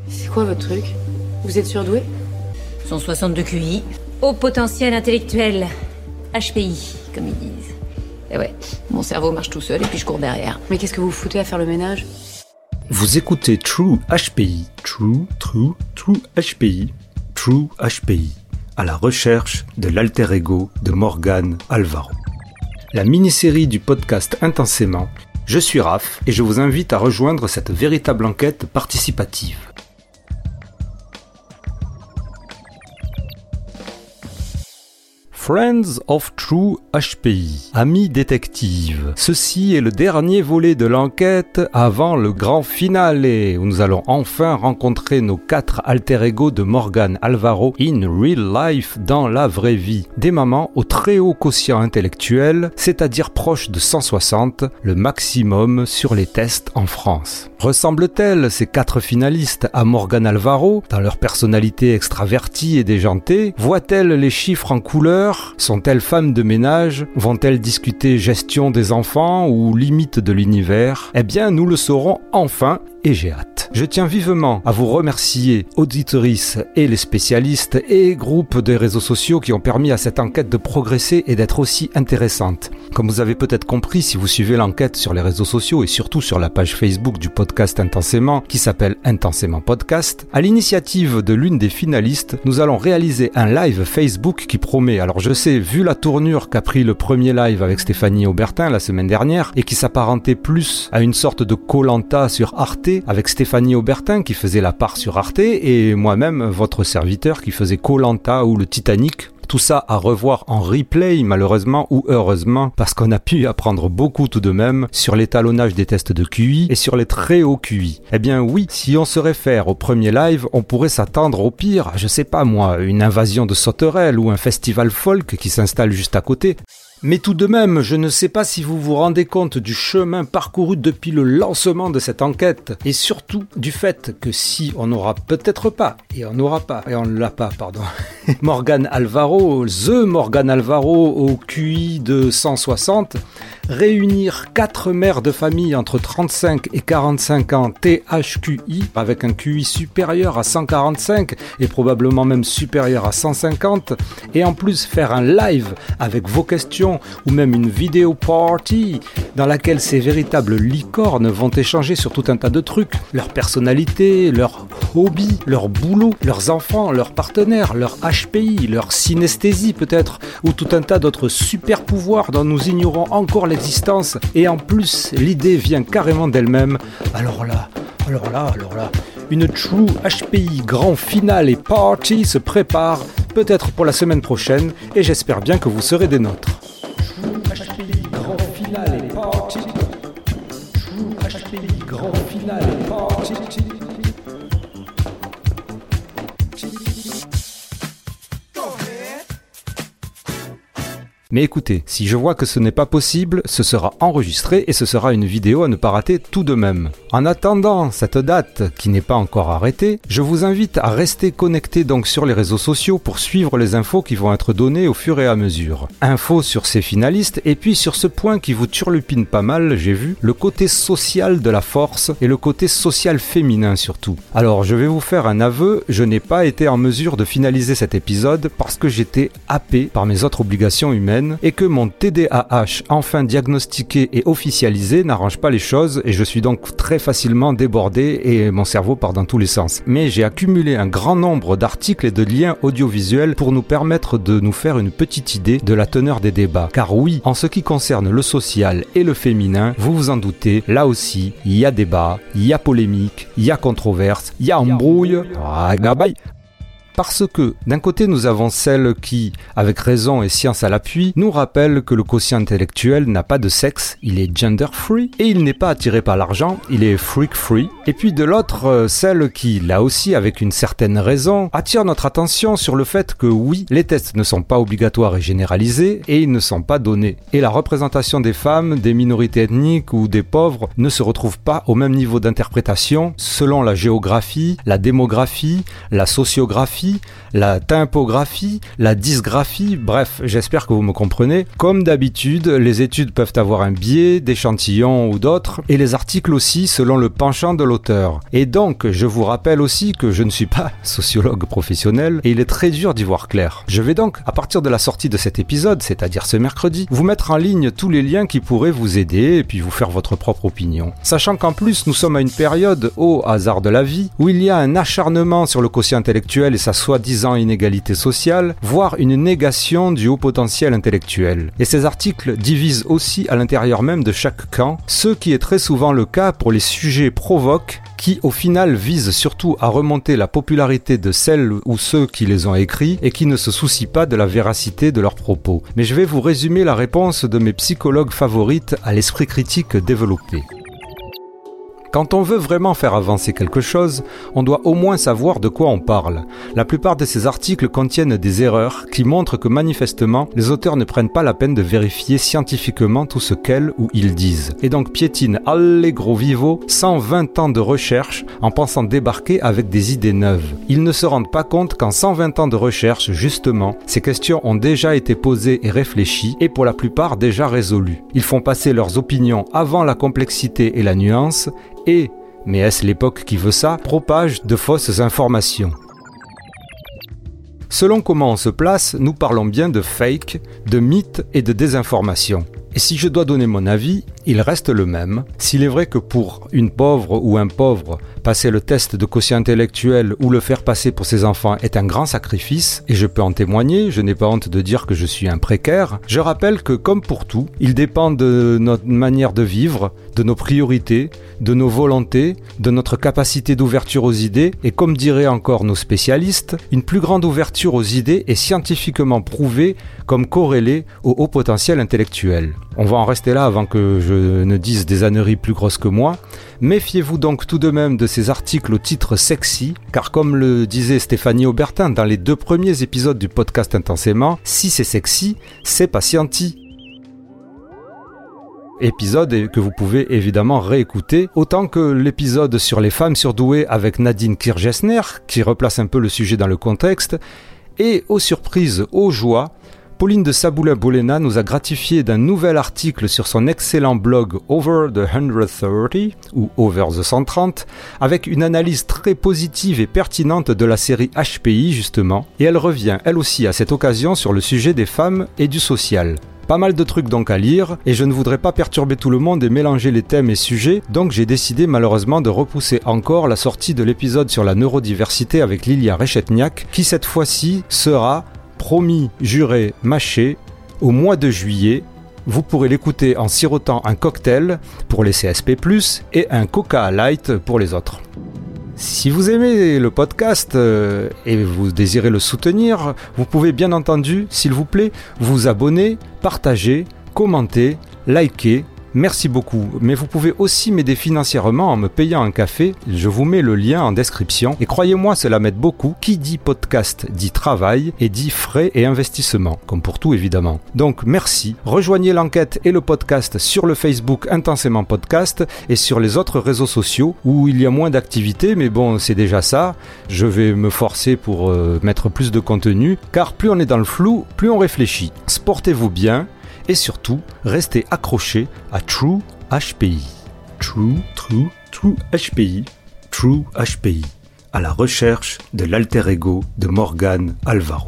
C'est quoi votre truc? Vous êtes surdoué? 162 QI, haut potentiel intellectuel, HPI, comme ils disent. Et ouais, mon cerveau marche tout seul et puis je cours derrière. Mais qu'est-ce que vous foutez à faire le ménage? Vous écoutez True HPI, True HPI, True HPI, à la recherche de l'alter ego de Morgane Alvaro. La mini-série du podcast Intensément. Je suis Raph et je vous invite à rejoindre cette véritable enquête participative. Friends of True HPI, amis détectives. Ceci est le dernier volet de l'enquête avant le grand finale où nous allons enfin rencontrer nos 4 alter ego de Morgane Alvaro in real life dans la vraie vie. Des mamans au très haut quotient intellectuel, c'est-à-dire proche de 160, le maximum sur les tests en France. Ressemblent-elles, ces 4 finalistes, à Morgane Alvaro, dans leur personnalité extravertie et déjantée? Voient-elles les chiffres en couleur? Sont-elles femmes de ménage? Vont-elles discuter gestion des enfants ou limite de l'univers? Eh bien, nous le saurons enfin et j'ai hâte. Je tiens vivement à vous remercier, auditrices et les spécialistes et groupes des réseaux sociaux qui ont permis à cette enquête de progresser et d'être aussi intéressante. Comme vous avez peut-être compris si vous suivez l'enquête sur les réseaux sociaux et surtout sur la page Facebook du podcast Intensément qui s'appelle Intensément Podcast, à l'initiative de l'une des finalistes, nous allons réaliser un live Facebook qui promet, alors je sais, vu la tournure qu'a pris le premier live avec Stéphanie Aubertin la semaine dernière et qui s'apparentait plus à une sorte de Koh-Lanta sur Arte avec Stéphanie Aubertin qui faisait la part sur Arte et moi-même, votre serviteur, qui faisait Koh-Lanta ou le Titanic. Tout ça à revoir en replay, malheureusement ou heureusement, parce qu'on a pu apprendre beaucoup tout de même sur l'étalonnage des tests de QI et sur les très hauts QI. Eh bien oui, si on se réfère au premier live, on pourrait s'attendre au pire, je sais pas moi, une invasion de sauterelles ou un festival folk qui s'installe juste à côté. Mais tout de même, je ne sais pas si vous vous rendez compte du chemin parcouru depuis le lancement de cette enquête et surtout du fait que si on n'aura peut-être pas, et on ne l'a pas, Morgane Alvaro, The Morgane Alvaro au QI de 160, réunir 4 mères de famille entre 35 et 45 ans THQI avec un QI supérieur à 145 et probablement même supérieur à 150 et en plus faire un live avec vos questions ou même une vidéo party dans laquelle ces véritables licornes vont échanger sur tout un tas de trucs, leur personnalité, leurs hobbies, leur boulot, leurs enfants, leurs partenaires, leur HPI, leur synesthésie peut-être, ou tout un tas d'autres super pouvoirs dont nous ignorons encore l'existence, et en plus l'idée vient carrément d'elle-même. Alors là, une True HPI grand final et party se prépare, peut-être pour la semaine prochaine, et j'espère bien que vous serez des nôtres. True HPI grand final et party. True HPI grand final et party. Mais écoutez, si je vois que ce n'est pas possible, ce sera enregistré et ce sera une vidéo à ne pas rater tout de même. En attendant cette date qui n'est pas encore arrêtée, je vous invite à rester connecté donc sur les réseaux sociaux pour suivre les infos qui vont être données au fur et à mesure. Infos sur ces finalistes et puis sur ce point qui vous turlupine pas mal, j'ai vu, le côté social de la force et le côté social féminin surtout. Alors je vais vous faire un aveu, je n'ai pas été en mesure de finaliser cet épisode parce que j'étais happé par mes autres obligations humaines et que mon TDAH enfin diagnostiqué et officialisé n'arrange pas les choses et je suis donc très facilement débordé et mon cerveau part dans tous les sens. Mais j'ai accumulé un grand nombre d'articles et de liens audiovisuels pour nous permettre de nous faire une petite idée de la teneur des débats. Car oui, en ce qui concerne le social et le féminin, vous vous en doutez, là aussi, il y a débat, il y a polémique, il y a controverse, il y a embrouille. Parce que, d'un côté, nous avons celles qui, avec raison et science à l'appui, nous rappellent que le quotient intellectuel n'a pas de sexe, il est gender-free, et il n'est pas attiré par l'argent, il est freak-free. Et puis de l'autre, celles qui, là aussi, avec une certaine raison, attirent notre attention sur le fait que oui, les tests ne sont pas obligatoires et généralisés, et ils ne sont pas donnés. Et la représentation des femmes, des minorités ethniques ou des pauvres ne se retrouve pas au même niveau d'interprétation selon la géographie, la démographie, la sociographie, typographie, la typographie, la dysgraphie, bref, j'espère que vous me comprenez. Comme d'habitude, les études peuvent avoir un biais, d'échantillons ou d'autres, et les articles aussi selon le penchant de l'auteur. Et donc, je vous rappelle aussi que je ne suis pas sociologue professionnel, et il est très dur d'y voir clair. Je vais donc, à partir de la sortie de cet épisode, c'est-à-dire ce mercredi, vous mettre en ligne tous les liens qui pourraient vous aider, et puis vous faire votre propre opinion. Sachant qu'en plus, nous sommes à une période, au hasard de la vie, où il y a un acharnement sur le quotient intellectuel et sa soi-disant inégalité sociale, voire une négation du haut potentiel intellectuel. Et ces articles divisent aussi à l'intérieur même de chaque camp, ce qui est très souvent le cas pour les sujets provoques qui au final visent surtout à remonter la popularité de celles ou ceux qui les ont écrits et qui ne se soucient pas de la véracité de leurs propos. Mais je vais vous résumer la réponse de mes psychologues favorites à l'esprit critique développé. Quand on veut vraiment faire avancer quelque chose, on doit au moins savoir de quoi on parle. La plupart de ces articles contiennent des erreurs qui montrent que manifestement, les auteurs ne prennent pas la peine de vérifier scientifiquement tout ce qu'elles ou ils disent. Et donc piétinent allegro vivo 120 ans de recherche en pensant débarquer avec des idées neuves. Ils ne se rendent pas compte qu'en 120 ans de recherche, justement, ces questions ont déjà été posées et réfléchies et pour la plupart déjà résolues. Ils font passer leurs opinions avant la complexité et la nuance et, mais est-ce l'époque qui veut ça, propage de fausses informations. Selon comment on se place, nous parlons bien de fake, de mythes et de désinformation. Et si je dois donner mon avis, il reste le même. S'il est vrai que pour une pauvre ou un pauvre, passer le test de quotient intellectuel ou le faire passer pour ses enfants est un grand sacrifice, et je peux en témoigner, je n'ai pas honte de dire que je suis un précaire, je rappelle que comme pour tout, il dépend de notre manière de vivre, de nos priorités, de nos volontés, de notre capacité d'ouverture aux idées, et comme diraient encore nos spécialistes, une plus grande ouverture aux idées est scientifiquement prouvée comme corrélée au haut potentiel intellectuel. On va en rester là avant que je ne dise des âneries plus grosses que moi. Méfiez-vous donc tout de même de ces articles au titre sexy, car comme le disait Stéphanie Aubertin dans les 2 premiers épisodes du podcast Intensément, si c'est sexy, c'est pas scienti. Épisode que vous pouvez évidemment réécouter, autant que l'épisode sur les femmes surdouées avec Nadine Kirchner, qui replace un peu le sujet dans le contexte, et aux surprises, aux joies, Pauline de Saboulin-Bolena nous a gratifié d'un nouvel article sur son excellent blog Over the 130 ou Over the 130 avec une analyse très positive et pertinente de la série HPI justement, et elle revient elle aussi à cette occasion sur le sujet des femmes et du social. Pas mal de trucs donc à lire, et je ne voudrais pas perturber tout le monde et mélanger les thèmes et sujets, donc j'ai décidé malheureusement de repousser encore la sortie de l'épisode sur la neurodiversité avec Lilia Rechetniak, qui cette fois-ci sera, promis, juré, mâché, au mois de juillet. Vous pourrez l'écouter en sirotant un cocktail pour les CSP+, et un Coca Light pour les autres. Si vous aimez le podcast et vous désirez le soutenir, vous pouvez bien entendu, s'il vous plaît, vous abonner, partager, commenter, liker. Merci beaucoup, mais vous pouvez aussi m'aider financièrement en me payant un café, je vous mets le lien en description, et croyez-moi, cela m'aide beaucoup. Qui dit podcast dit travail, et dit frais et investissement, comme pour tout évidemment. Donc merci, rejoignez l'enquête et le podcast sur le Facebook Intensément Podcast, et sur les autres réseaux sociaux, où il y a moins d'activités, mais bon, c'est déjà ça, je vais me forcer pour mettre plus de contenu, car plus on est dans le flou, plus on réfléchit. Sportez-vous bien, et surtout, restez accrochés à True HPI. True HPI. True HPI. À la recherche de l'alter ego de Morgane Alvaro.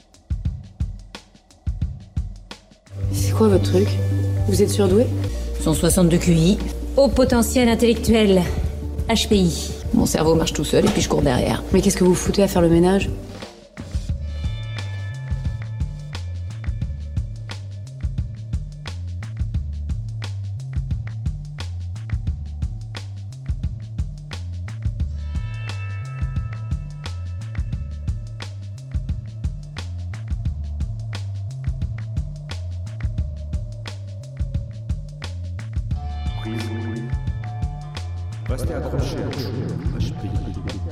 C'est quoi votre truc? Vous êtes surdoué? 162 QI. Haut potentiel intellectuel. HPI. Mon cerveau marche tout seul et puis je cours derrière. Mais qu'est-ce que vous foutez à faire le ménage? Restez accrochés à HPI.